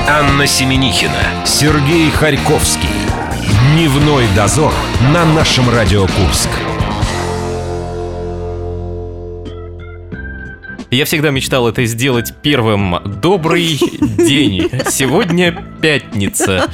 Анна Семенихина, Сергей Харьковский. Дневной дозор на нашем Радио Курск. Я всегда мечтал это сделать первым. Добрый день. Сегодня пятница.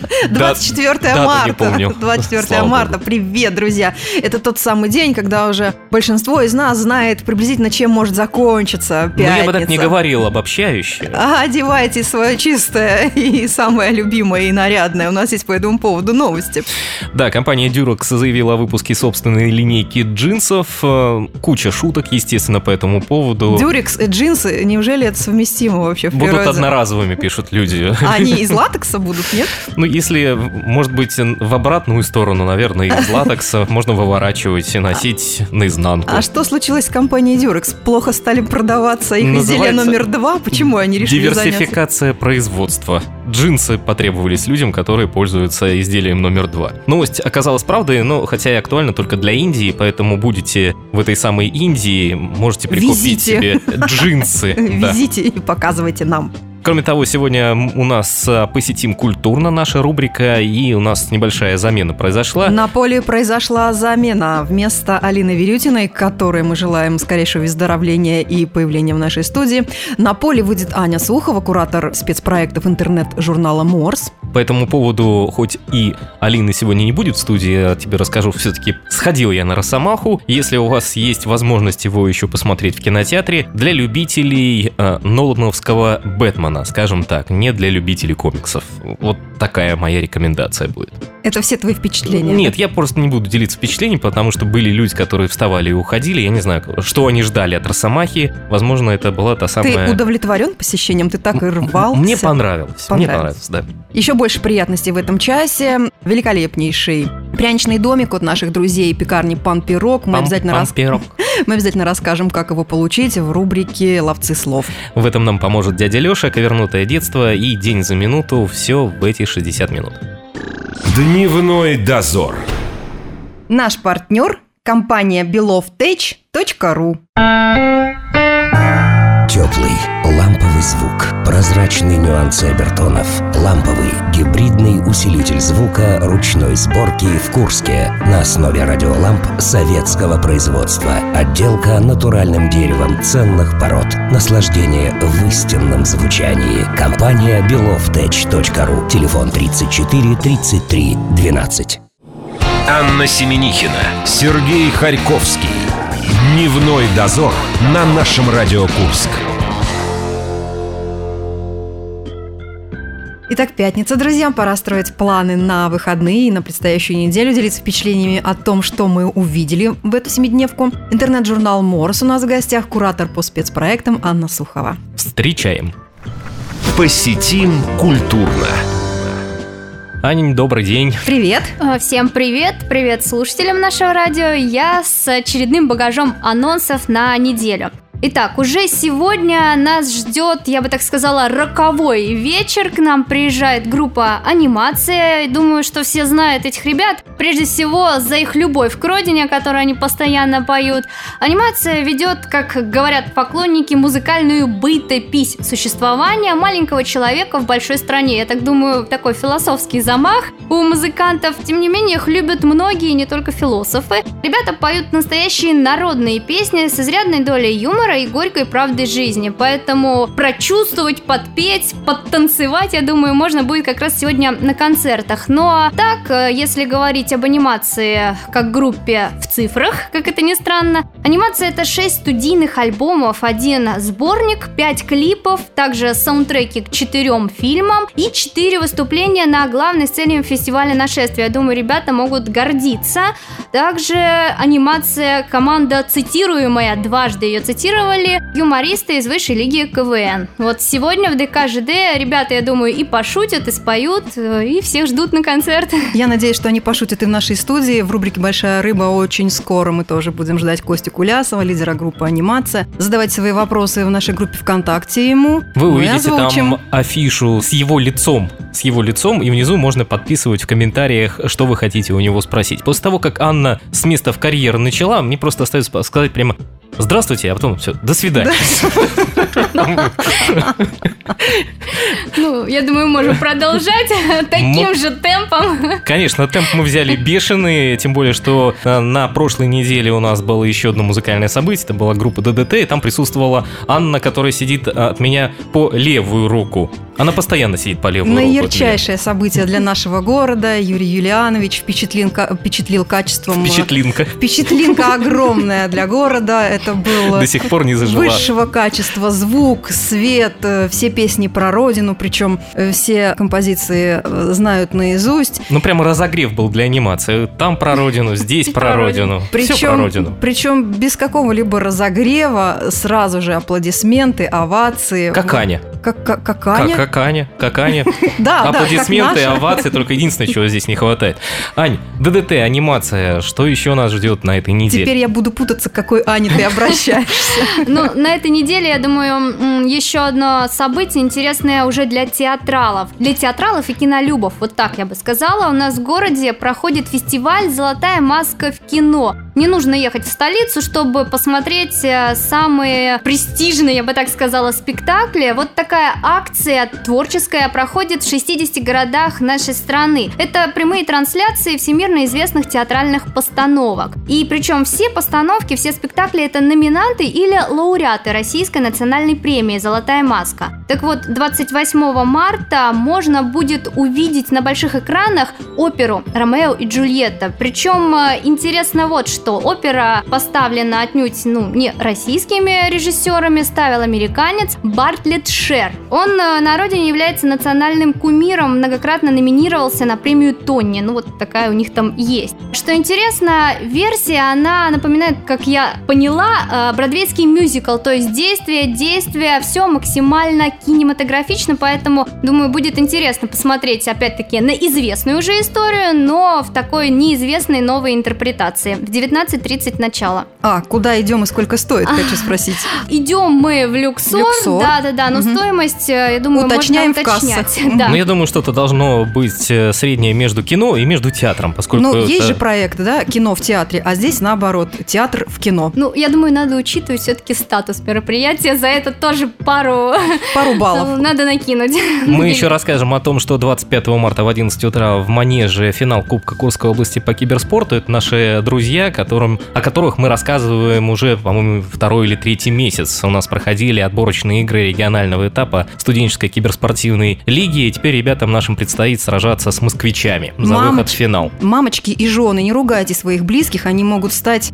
24 марта. 24 марта. Привет, друзья. Это тот самый день, когда уже большинство из нас знает приблизительно, чем может закончиться пятница. Но я бы так не говорил, обобщающе. Одевайте свое чистое и самое любимое и нарядное. У нас есть по этому поводу новости. Да, компания Durex заявила о выпуске собственной линейки джинсов. Куча шуток, естественно, по этому поводу. Durex, джинсы, неужели это совместимо вообще в природе? Будут одноразовыми, пишут люди. Они из латекса будут, нет? Ну, если, может быть, в обратную сторону, наверное, из латекса можно выворачивать и носить наизнанку. А что случилось с компанией Durex? Плохо стали продаваться их изделия номер 2? Почему они решили заняться? Диверсификация производства. Джинсы потребовались людям, которые пользуются изделием номер 2. Новость оказалась правдой, но хотя и актуальна только для Индии, поэтому будете в этой самой Индии, можете прикупить себе джинсы. Везите и показывайте нам. Кроме того, сегодня у нас «Посетим культурно» наша рубрика, и у нас небольшая замена произошла. На поле произошла замена. Вместо Алины Верютиной, которой мы желаем скорейшего выздоровления и появления в нашей студии, на поле выйдет Аня Сухова, куратор спецпроектов интернет-журнала «Морс». По этому поводу, хоть и Алины сегодня не будет в студии, я тебе расскажу, все-таки сходил я на Росомаху. Если у вас есть возможность его еще посмотреть в кинотеатре, для любителей нолановского Бэтмена, скажем так, не для любителей комиксов. Вот такая моя рекомендация будет. Это все твои впечатления? Нет, я просто не буду делиться впечатлениями, потому что были люди, которые вставали и уходили. Я не знаю, что они ждали от Росомахи. Возможно, это была та самая... Ты удовлетворен посещением? Ты так и рвался? Мне понравилось. Мне понравилось, да. Еще больше приятностей в этом часе. Великолепнейший пряничный домик от наших друзей пекарни «Пан Пирог». Мы обязательно расскажем, как его получить в рубрике «Ловцы слов». В этом нам поможет дядя Леша, «Ковернутое детство» и «День за минуту». Все в эти 60 минут. Дневной дозор. Наш партнер – компания belovtech.ru. Теплый, ламповый звук, прозрачные нюансы обертонов, ламповый, гибридный усилитель звука ручной сборки в Курске на основе радиоламп советского производства. Отделка натуральным деревом ценных пород. Наслаждение в истинном звучании. Компания belovtech.ru. Телефон 34 33 12. Анна Семенихина, Сергей Харьковский. Дневной дозор на нашем Радио Курск. Итак, пятница, друзья, пора строить планы на выходные и на предстоящую неделю, делиться впечатлениями о том, что мы увидели в эту семидневку. Интернет-журнал «Морс» у нас в гостях, куратор по спецпроектам Анна Сухова. Встречаем. Посетим культурно. Анень, добрый день. Привет. Всем привет. Привет слушателям нашего радио. Я с очередным багажом анонсов на неделю. Итак, уже сегодня нас ждет, я бы так сказала, роковой вечер. К нам приезжает группа «Анимация». Думаю, что все знают этих ребят. Прежде всего, за их любовь к родине, которую они постоянно поют. «Анимация» ведет, как говорят поклонники, музыкальную бытопись существования маленького человека в большой стране. Я так думаю, такой философский замах у музыкантов. Тем не менее, их любят многие, не только философы. Ребята поют настоящие народные песни с изрядной долей юмора и горькой правды жизни. Поэтому прочувствовать, подпеть, подтанцевать, я думаю, можно будет как раз сегодня на концертах. Ну а так, если говорить об анимации как группе в цифрах, как это ни странно, анимация — это 6 студийных альбомов, 1 сборник, 5 клипов, также саундтреки к 4 фильмам и 4 выступления на главной сцене фестиваля «Нашествие». Я думаю, ребята могут гордиться. Также анимация, команда цитируемая, дважды ее цитировали, юмористы из высшей лиги КВН. Вот сегодня в ДК ЖД ребята, я думаю, и пошутят, и споют, и всех ждут на концерт. Я надеюсь, что они пошутят и в нашей студии. В рубрике «Большая рыба» очень скоро мы тоже будем ждать Костю Кулясова, лидера группы «Анимация». Задавайте свои вопросы в нашей группе ВКонтакте ему. Вы увидите там афишу с его лицом, и внизу можно подписывать в комментариях, что вы хотите у него спросить. После того, как Анна с места в карьер начала, мне просто остается сказать прямо: здравствуйте, а потом все, до свидания. дальше. Ну, я думаю, можем продолжать таким же темпом. Конечно, темп мы взяли бешеный, тем более, что на прошлой неделе у нас было еще одно музыкальное событие, это была группа ДДТ, и там присутствовала Анна, которая сидит от меня по левую руку. Она постоянно сидит по левую руку. Наярчайшее событие для нашего города. Юрий Юлианович впечатлил качеством... Впечатлинка огромная для города. Это был до сих пор не зажила. Высшего качества звук, свет, все песни про родину, причем все композиции знают наизусть. Ну, прямо разогрев был для анимации. Там про родину, здесь про родину. Все про родину. Причем без какого-либо разогрева сразу же аплодисменты, овации. Как Аня. Как Аня? Как Аня. Да, аплодисменты, овации, только единственное, чего здесь не хватает. Ань, ДДТ, анимация, что еще нас ждет на этой неделе? Теперь я буду путаться, к какой Ане ты обращаешься. Ну, на этой неделе, я думаю, еще одно событие интересное уже для театралов. Для театралов и кинолюбов, вот так я бы сказала. У нас в городе проходит фестиваль «Золотая маска в кино». Не нужно ехать в столицу, чтобы посмотреть самые престижные, я бы так сказала, спектакли. Вот такая акция творческая проходит в 60 городах нашей страны. Это прямые трансляции всемирно известных театральных постановок. И причем все постановки, все спектакли — это номинанты или лауреаты Российской национальной премии «Золотая маска». Так вот, 28 марта можно будет увидеть на больших экранах оперу «Ромео и Джульетта». Причем интересно вот что. Опера поставлена отнюдь не российскими режиссерами, ставил американец Бартлетт Шер. Он на родине является национальным кумиром, многократно номинировался на премию Тонни. Ну вот такая у них там есть. Что интересно, версия, она напоминает, как я поняла, бродвейский мюзикл, то есть действие, все максимально кинематографично, поэтому, думаю, будет интересно посмотреть, опять-таки, на известную уже историю, но в такой неизвестной новой интерпретации. В 19:30 начало. Куда идем и сколько стоит, хочу спросить. Идем мы в Люксор. Да, но стоимость, я думаю, уточняем можно уточнять. В кассах. Да. Ну, я думаю, что-то должно быть среднее между кино и между театром, поскольку... Ну, есть же проекты, да, кино в театре, а здесь наоборот, театр в кино. Ну, я думаю, надо учитывать все-таки статус мероприятия, за это тоже пару баллов надо накинуть. Мы еще расскажем о том, что 25 марта в 11 утра в Манеже финал Кубка Курской области по киберспорту. Это наши друзья, о которых мы рассказываем уже, по-моему, 2-й или 3-й месяц. У нас проходили отборочные игры регионального этапа студенческой киберспортивной лиги, и теперь ребятам нашим предстоит сражаться с москвичами за выход в финал. Мамочки и жены, не ругайте своих близких, они могут стать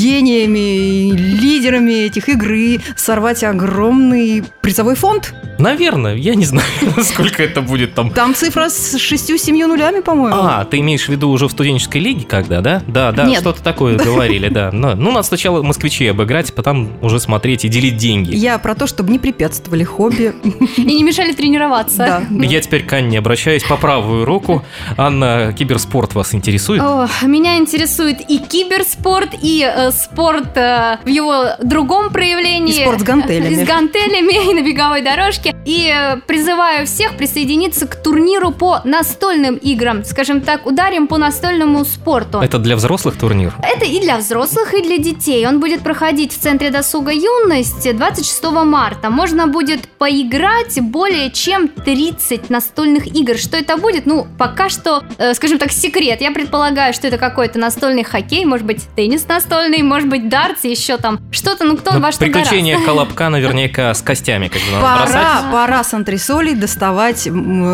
гениями, лидерами этих игр, сорвать огромный призовой фонд. Наверное, я не знаю, сколько это будет там. Там цифра с 6-7 нулями, по-моему. Ты имеешь в виду уже в студенческой лиге, когда, да? Да, Нет. Что-то такое говорили, да. Ну, надо сначала москвичей обыграть, потом уже смотреть и делить деньги. Я про то, чтобы не препятствовали хобби. И не мешали тренироваться. Да. Я теперь к Анне обращаюсь по правую руку. Анна, киберспорт вас интересует? Меня интересует и киберспорт, и спорт в его другом проявлении. И спорт с гантелями. И с гантелями, и на беговой дорожке. И призываю всех присоединиться к турниру по настольным играм. Скажем так, ударим по настольному спорту. Это для взрослых турнир? Это и для взрослых, и для детей. Он будет проходить в Центре досуга юности 26 марта. Можно будет поиграть более чем 30 настольных игр. Что это будет? Ну, пока что, скажем так, секрет. Я предполагаю, что это какой-то настольный хоккей, может быть, теннис настольный, может быть, дартс, еще там что-то, кто во что гораздо. Приключения Колобка наверняка с костями, как бы надо бросать. Пора с антресолей доставать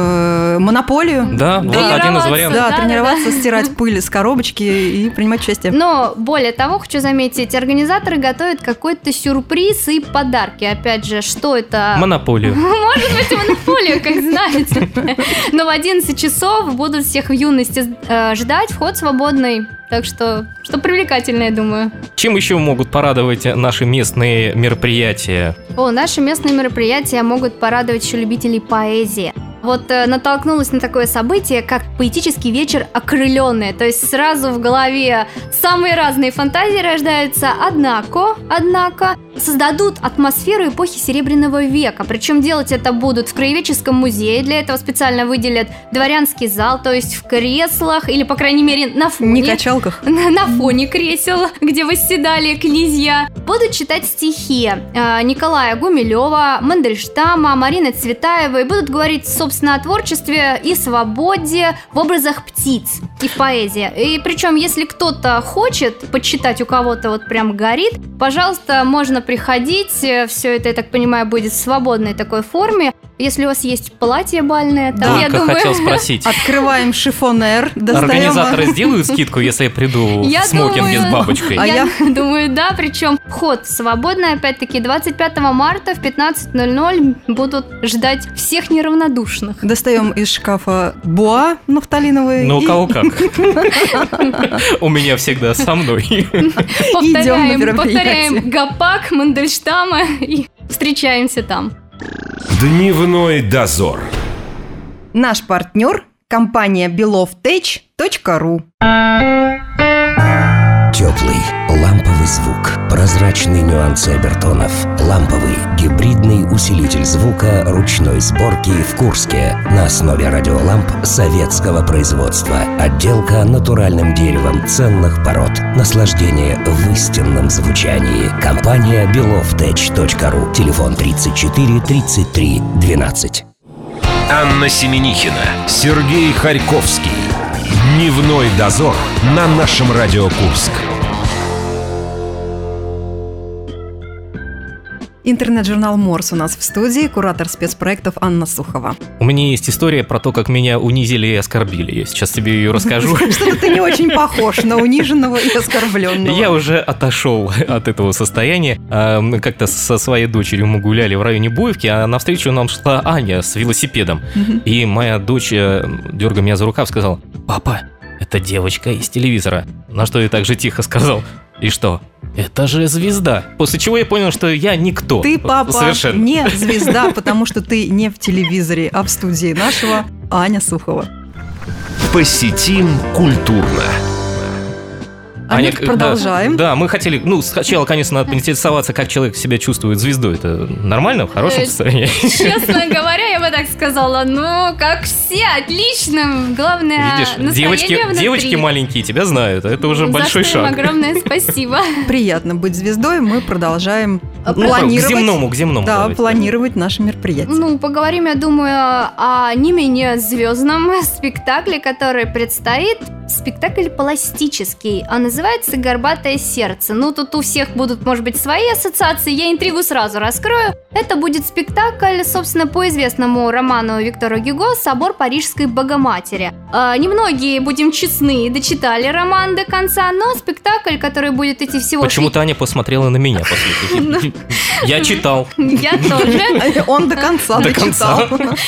монополию. Да, вот один из вариантов. Да, тренироваться, стирать пыль с коробочки и принимать участие. Но, более того, хочу заметить, организаторы готовят какой-то сюрприз и подарки. Опять же, что это? Монополию. Может быть, монополию, как знаете. Но в 11 часов будут всех в юности ждать, вход свободный. Так что привлекательно, я думаю. Чем еще могут порадовать наши местные мероприятия? Наши местные мероприятия могут порадовать еще любителей поэзии. вот натолкнулась на такое событие, как поэтический вечер «Окрыленные». То есть сразу в голове самые разные фантазии рождаются, однако создадут атмосферу эпохи Серебряного века. Причем делать это будут в Краеведческом музее. Для этого специально выделят дворянский зал, то есть в креслах, или, по крайней мере, на фоне. Не качалках. На фоне кресел, где восседали князья. Будут читать стихи Николая Гумилева, Мандельштама, Марины Цветаевой. Будут говорить, собственно, о творчестве и свободе в образах птиц и в поэзии. И причем, если кто-то хочет почитать, у кого-то вот прям горит, пожалуйста, можно приходить. Все это, я так понимаю, будет в свободной такой форме. Если у вас есть платье бальное, то я думаю... хотел спросить. Открываем шифонер, достаем... Организаторы сделают скидку, если я приду в смокинге с бабочкой? Я думаю, да, причем вход свободный, опять-таки, 25 марта в 15:00 будут ждать всех неравнодушных. Достаем из шкафа буа нафталиновые. Ну, у кого как. У меня всегда со мной. Повторяем Гопак, Мандельштама и встречаемся там. Дневной дозор. Наш партнер – компания belovtech.ru. Теплый, ламповый звук, прозрачные нюансы обертонов, ламповый, гибридный усилитель звука ручной сборки в Курске на основе радиоламп советского производства. Отделка натуральным деревом ценных пород. Наслаждение в истинном звучании. Компания belovtech.ru. Телефон 34 33 12. Анна Семенихина, Сергей Харьковский. Дневной дозор на нашем Радио Курск. Интернет-журнал «Морс» у нас в студии, куратор спецпроектов Анна Сухова. У меня есть история про то, как меня унизили и оскорбили. Я сейчас тебе ее расскажу. Что-то ты не очень похож на униженного и оскорбленного. Я уже отошел от этого состояния. Как-то со своей дочерью мы гуляли в районе Буевки, а навстречу нам шла Аня с велосипедом. И моя дочь, дергая меня за рукав, сказала: «Папа, это девочка из телевизора». На что я так же тихо сказал: «И что? Это же звезда». После чего я понял, что я никто. Ты, папа, совершенно не звезда, потому что ты не в телевизоре, а в студии нашего Аня Сухова. Посетим культурно. Аня, продолжаем. Да, мы хотели, сначала, конечно, надо поинтересоваться, как человек себя чувствует звездой. Это нормально, в хорошем состоянии? Честно говоря, я бы так сказала, как все, отлично. Главное, видишь, девочки маленькие тебя знают, это уже большой шаг. Огромное спасибо. Приятно быть звездой, мы продолжаем планировать. К земному. Да, давайте. Планировать наши мероприятия. Поговорим, я думаю, о не менее звездном спектакле, который предстоит. Спектакль пластический, а называется «Горбатое сердце». Тут у всех будут, может быть, свои ассоциации, я интригу сразу раскрою. Это будет спектакль, собственно, по известному роману Виктора Гюго «Собор Парижской Богоматери». Немногие, будем честны, дочитали роман до конца, но спектакль, который будет идти всего... Почему-то Аня посмотрела на меня после. Я читал. Я тоже. Он до конца дочитал.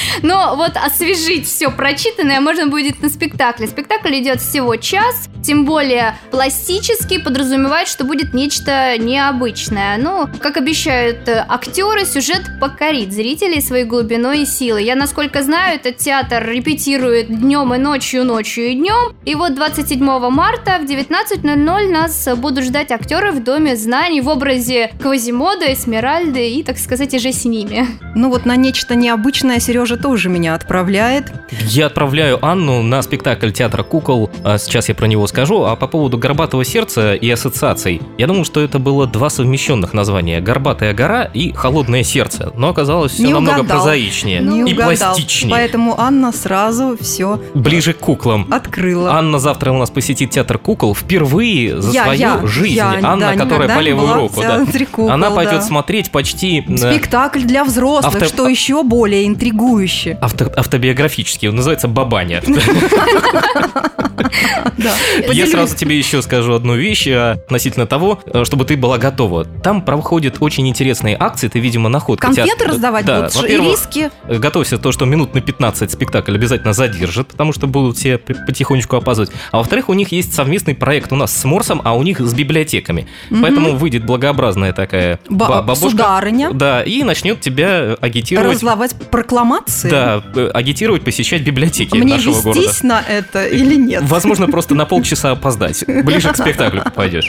Но вот освежить все прочитанное можно будет на спектакле. Спектакль идет всего час, тем более пластический, подразумевает, что будет нечто необычное. Как обещают актеры, сюжет покорит зрителей своей глубиной и силой. Я, насколько знаю, этот театр репетирует днем и ночью и днем. И вот 27 марта в 19:00 нас будут ждать актеры в Доме знаний в образе Квазимода, Эсмеральды и, так сказать, и же с ними. На нечто необычное Сережа тоже меня отправляет. Я отправляю Анну на спектакль театра кукол. Сейчас я про него скажу. А по поводу «Горбатого сердца» и ассоциаций. Я думал, что это было два совмещенных названия: «Горбатая гора» и «Холодное сердце». Но оказалось все намного прозаичнее и пластичнее. Поэтому Анна сразу все ближе к куклам открыла. Анна завтра у нас посетит театр кукол впервые за свою жизнь. Анна, которая по левую руку. Она пойдет смотреть почти... Спектакль для взрослых, что еще более интригующе. Автобиографический, он называется «Бабаня». Я сразу тебе еще скажу одну вещь относительно того, чтобы ты была готова. Там проходят очень интересные акции, ты, видимо, находка. Конфеты раздавать будут, и риски. Готовься то, что минут на 15 спектакль обязательно задержат, потому что будут все потихонечку опаздывать. А во-вторых, у них есть совместный проект у нас с Морсом, а у них с библиотеками. Поэтому выйдет благообразная такая бабушка. Сударыня. Да, и начнет тебя агитировать. Разловать прокламации. Да, агитировать посещать библиотеки нашего города. Мне вестись на это или нет? Возможно, просто на полчаса опоздать. Ближе к спектаклю пойдешь.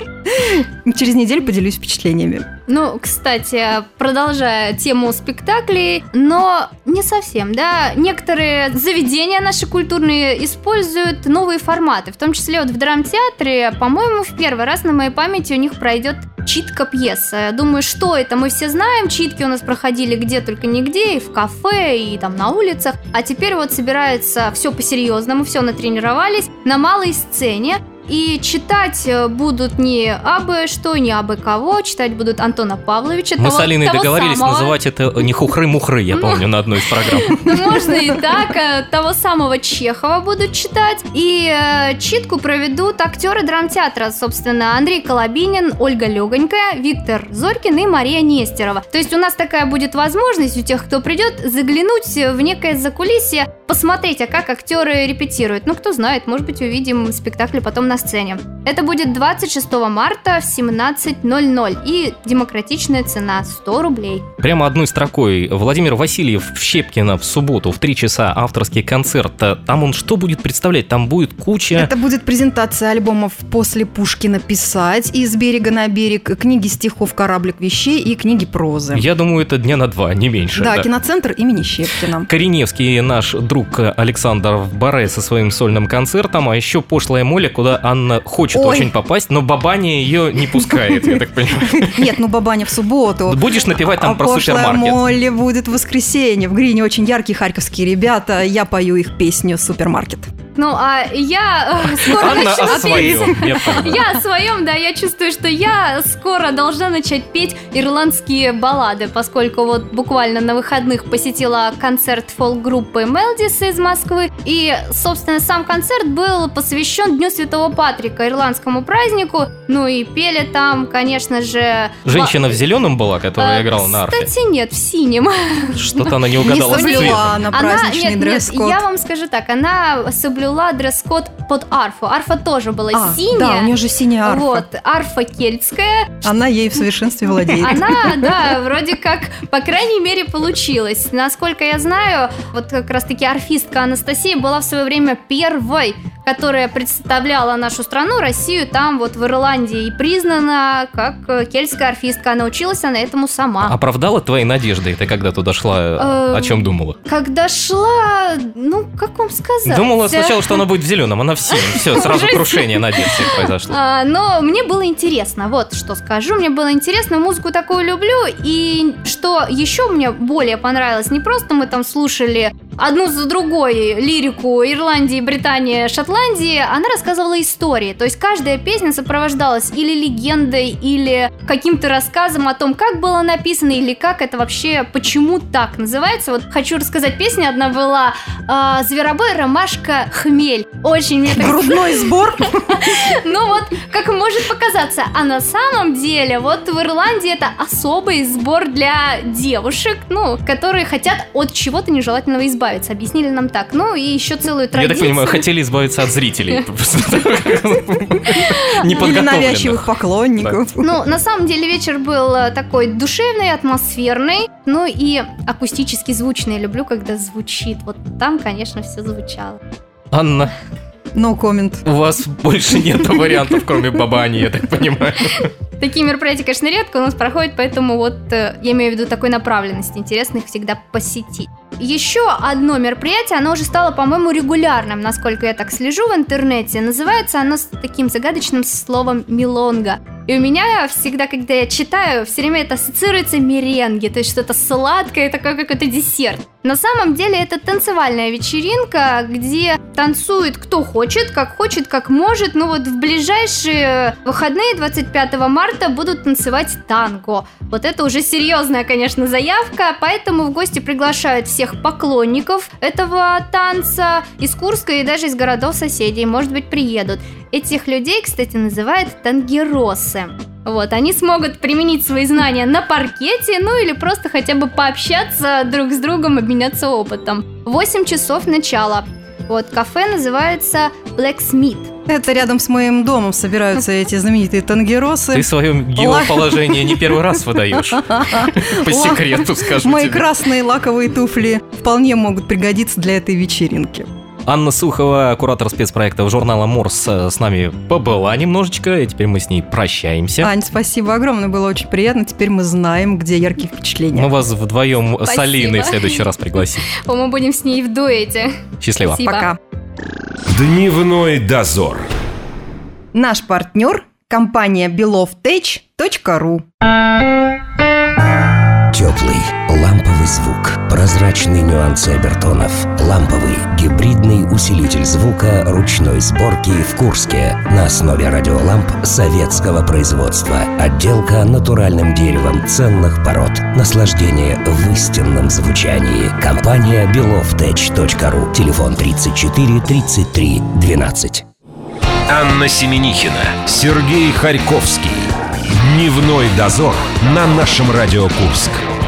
Через неделю поделюсь впечатлениями. Ну, кстати, продолжая тему спектаклей, но не совсем, да. Некоторые заведения наши культурные используют новые форматы, в том числе вот в драмтеатре, по-моему, в первый раз на моей памяти у них пройдет читка пьесы. Думаю, что это? Мы все знаем, читки у нас проходили где только нигде, и в кафе, и там на улицах. А теперь вот собирается все по-серьезному, все натренировались на малой сцене. И читать будут не абы что, не абы кого, читать будут Антона Павловича. Мы с Алиной договорились называть это не хухры-мухры, я помню, на одной из программ. Можно и так. Того самого Чехова будут читать. И читку проведут актеры драмтеатра, собственно, Андрей Колобинин, Ольга Легонькая, Виктор Зорькин и Мария Нестерова. То есть у нас такая будет возможность у тех, кто придет, заглянуть в некое закулисье, посмотреть, а как актеры репетируют. Ну, кто знает, может быть, увидим спектакль потом на сцене. Это будет 26 марта в 17:00 и демократичная цена 100 рублей. Прямо одной строкой. Владимир Васильев в Щепкино в субботу в 3 часа авторский концерт. Там он что будет представлять? Там будет куча... Это будет презентация альбомов «После Пушкина писать», «Из берега на берег», книги стихов «Кораблик вещей» и книги прозы. Я думаю, это дня на 2, не меньше. Да, киноцентр имени Щепкина. Кореневский наш друг Александр в Баре со своим сольным концертом, а еще пошлая Моля, куда Анна хочет очень попасть, но Бабаня ее не пускает, я так понимаю. Нет, ну Бабаня в субботу. Будешь напевать там про супермаркет. Пошлая Молли будет в воскресенье. В Грине очень яркие харьковские ребята. Я пою их песню «Супермаркет». Ну, а я скоро Анна начну о своем, петь. Я о своем, да, я чувствую, что я скоро должна начать петь ирландские баллады, поскольку вот буквально на выходных посетила концерт фолк-группы Melodies из Москвы, и, собственно, сам концерт был посвящен Дню Святого Патрика, ирландскому празднику, ну и пели там, конечно же... Женщина в зеленом была, которая играла на арфе? Кстати, нет, в синем. Что-то она не угадала с Не цветом. соблюла на праздничный дресс-код. Я вам скажу так, она соблюла дресс-код под арфу. Арфа тоже была синяя. Да, у нее же синяя арфа. Вот, арфа кельтская. Она ей в совершенстве владеет. Она, да, вроде как, по крайней мере, получилось. Насколько я знаю, вот как раз-таки арфистка Анастасия была в свое время первой, которая представляла нашу страну, Россию, там вот в Ирландии, и признана как кельтская арфистка. Научилась она этому сама. Оправдала твои надежды? Ты когда туда шла, о чем думала? Когда шла, ну, как вам сказать? Думала сначала, что она будет в зеленом, она в синем. Все, сразу крушение надежд всех произошло. Но мне было интересно, вот что скажу. Мне было интересно, музыку такую люблю. И что еще мне более понравилось, не просто мы там слушали одну за другой лирику Ирландии, Британии, Шотландии, она рассказывала истории. То есть каждая песня сопровождалась или легендой, или каким-то рассказом о том, как было написано, или как это вообще, почему так называется. Вот хочу рассказать, песня одна была «Зверобой, ромашка, хмель». Очень мне так... Грудной сбор? Ну вот, как может показаться. А на самом деле, вот в Ирландии это особый сбор для девушек, ну, которые хотят от чего-то нежелательного избавиться. Объяснили нам так. Ну, и еще целую традицию. Я так понимаю, хотели избавиться от зрителей. Или навязчивых поклонников. Ну, на самом деле вечер был такой душевный, атмосферный, ну и акустически звучный. Люблю, когда звучит. Вот там, конечно, все звучало. Анна, No comment. у вас больше нет вариантов, кроме Бабани, я так понимаю. Такие мероприятия, конечно, редко у нас проходят, поэтому вот я имею в виду такой направленности. Интересно их всегда посетить. Еще одно мероприятие, оно уже стало, по-моему, регулярным, насколько я так слежу в интернете. Называется оно с таким загадочным словом «милонга». И у меня всегда, когда я читаю, все время это ассоциируется меренге, то есть что-то сладкое, такое какой-то десерт. На самом деле это танцевальная вечеринка, где танцует кто хочет, как может. Ну вот в ближайшие выходные 25 марта будут танцевать танго. Вот это уже серьезная, конечно, заявка, поэтому в гости приглашают всех поклонников этого танца из Курска и даже из городов соседей, может быть, приедут. Этих людей, кстати, называют тангеросы. Вот, они смогут применить свои знания на паркете, ну или просто хотя бы пообщаться друг с другом, обменяться опытом. 8 часов начала. Вот, кафе называется Blacksmith. Это рядом с моим домом собираются эти знаменитые тангеросы. Ты свое геоположение не первый раз выдаешь. По секрету скажу тебе. Мои красные лаковые туфли вполне могут пригодиться для этой вечеринки. Анна Сухова, куратор спецпроектов журнала «Морс», с нами побыла немножечко, и теперь мы с ней прощаемся. Ань, спасибо огромное, было очень приятно. Теперь мы знаем, где яркие впечатления. Мы вас вдвоем с Алиной в следующий раз пригласим. Мы будем с ней в дуэте. Счастливо. Спасибо. Пока. Дневной дозор. Наш партнер – компания belovtech.ru. Теплый, ламповый звук, прозрачные нюансы обертонов, ламповый, гибридный усилитель звука ручной сборки в Курске на основе радиоламп советского производства. Отделка натуральным деревом ценных пород. Наслаждение в истинном звучании. Компания belovtech.ru. Телефон 34 33 12. Анна Семенихина, Сергей Харьковский. Дневной дозор на нашем Радио Курск.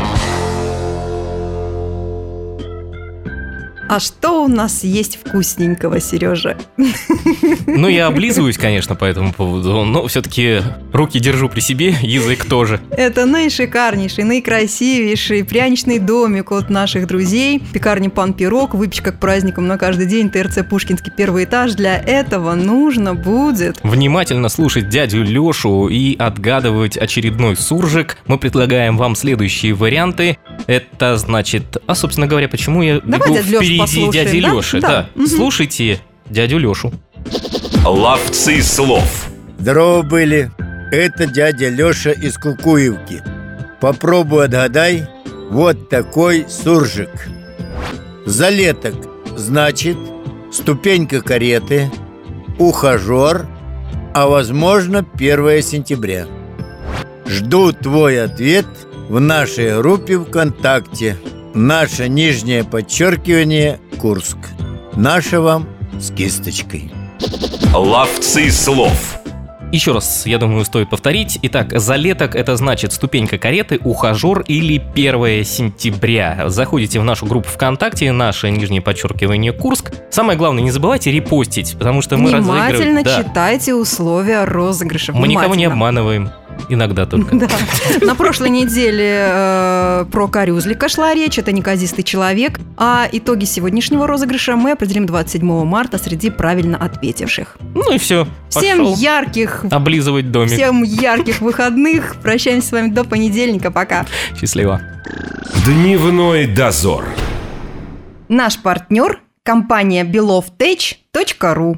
А что у нас есть вкусненького, Сережа? Ну, я облизываюсь, конечно, по этому поводу, но все-таки руки держу при себе, язык тоже. Это наишикарнейший, наикрасивейший пряничный домик от наших друзей. Пекарня «Пан Пирог», выпечка к праздникам на каждый день, ТРЦ «Пушкинский», первый этаж. Для этого нужно будет внимательно слушать дядю Лешу и отгадывать очередной суржик. Мы предлагаем вам следующие варианты. Это значит... А, собственно говоря, почему я бегу впереди дяди Леши? Да. Угу. Слушайте дядю Лешу. Ловцы слов. Здорово были. Это дядя Леша из Кукуевки. Попробуй отгадай. Вот такой суржик. Залеток значит ступенька кареты, ухажер, а возможно 1 сентября. Жду твой ответ в нашей группе ВКонтакте. Наше нижнее подчеркивание Курск. Наше вам с кисточкой. Ловцы слов. Еще раз, я думаю, стоит повторить. Итак, залеток — это значит ступенька кареты, ухажер или 1 сентября. Заходите в нашу группу ВКонтакте, наше нижнее подчеркивание Курск. Самое главное, не забывайте репостить, потому что мы разыгрываем... Внимательно читайте условия розыгрыша. Мы никого не обманываем. Иногда только. Да. На прошлой неделе про Корюзлика шла речь, это неказистый человек. А итоги сегодняшнего розыгрыша мы определим 27 марта среди правильно ответивших. Ну и все. Всем ярких... облизывать домик. Всем ярких выходных. Прощаемся с вами до понедельника. Пока. Счастливо. Дневной дозор. Наш партнер – компания belovtech.ru.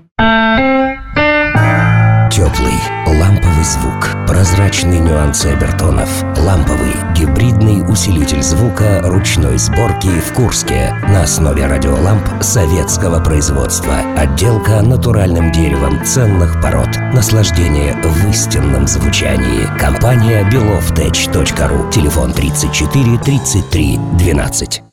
Теплый, ламповый звук, прозрачные нюансы обертонов, ламповый, гибридный усилитель звука ручной сборки в Курске на основе радиоламп советского производства. Отделка натуральным деревом ценных пород. Наслаждение в истинном звучании. Компания belovtech.ru. Телефон 34 33 12.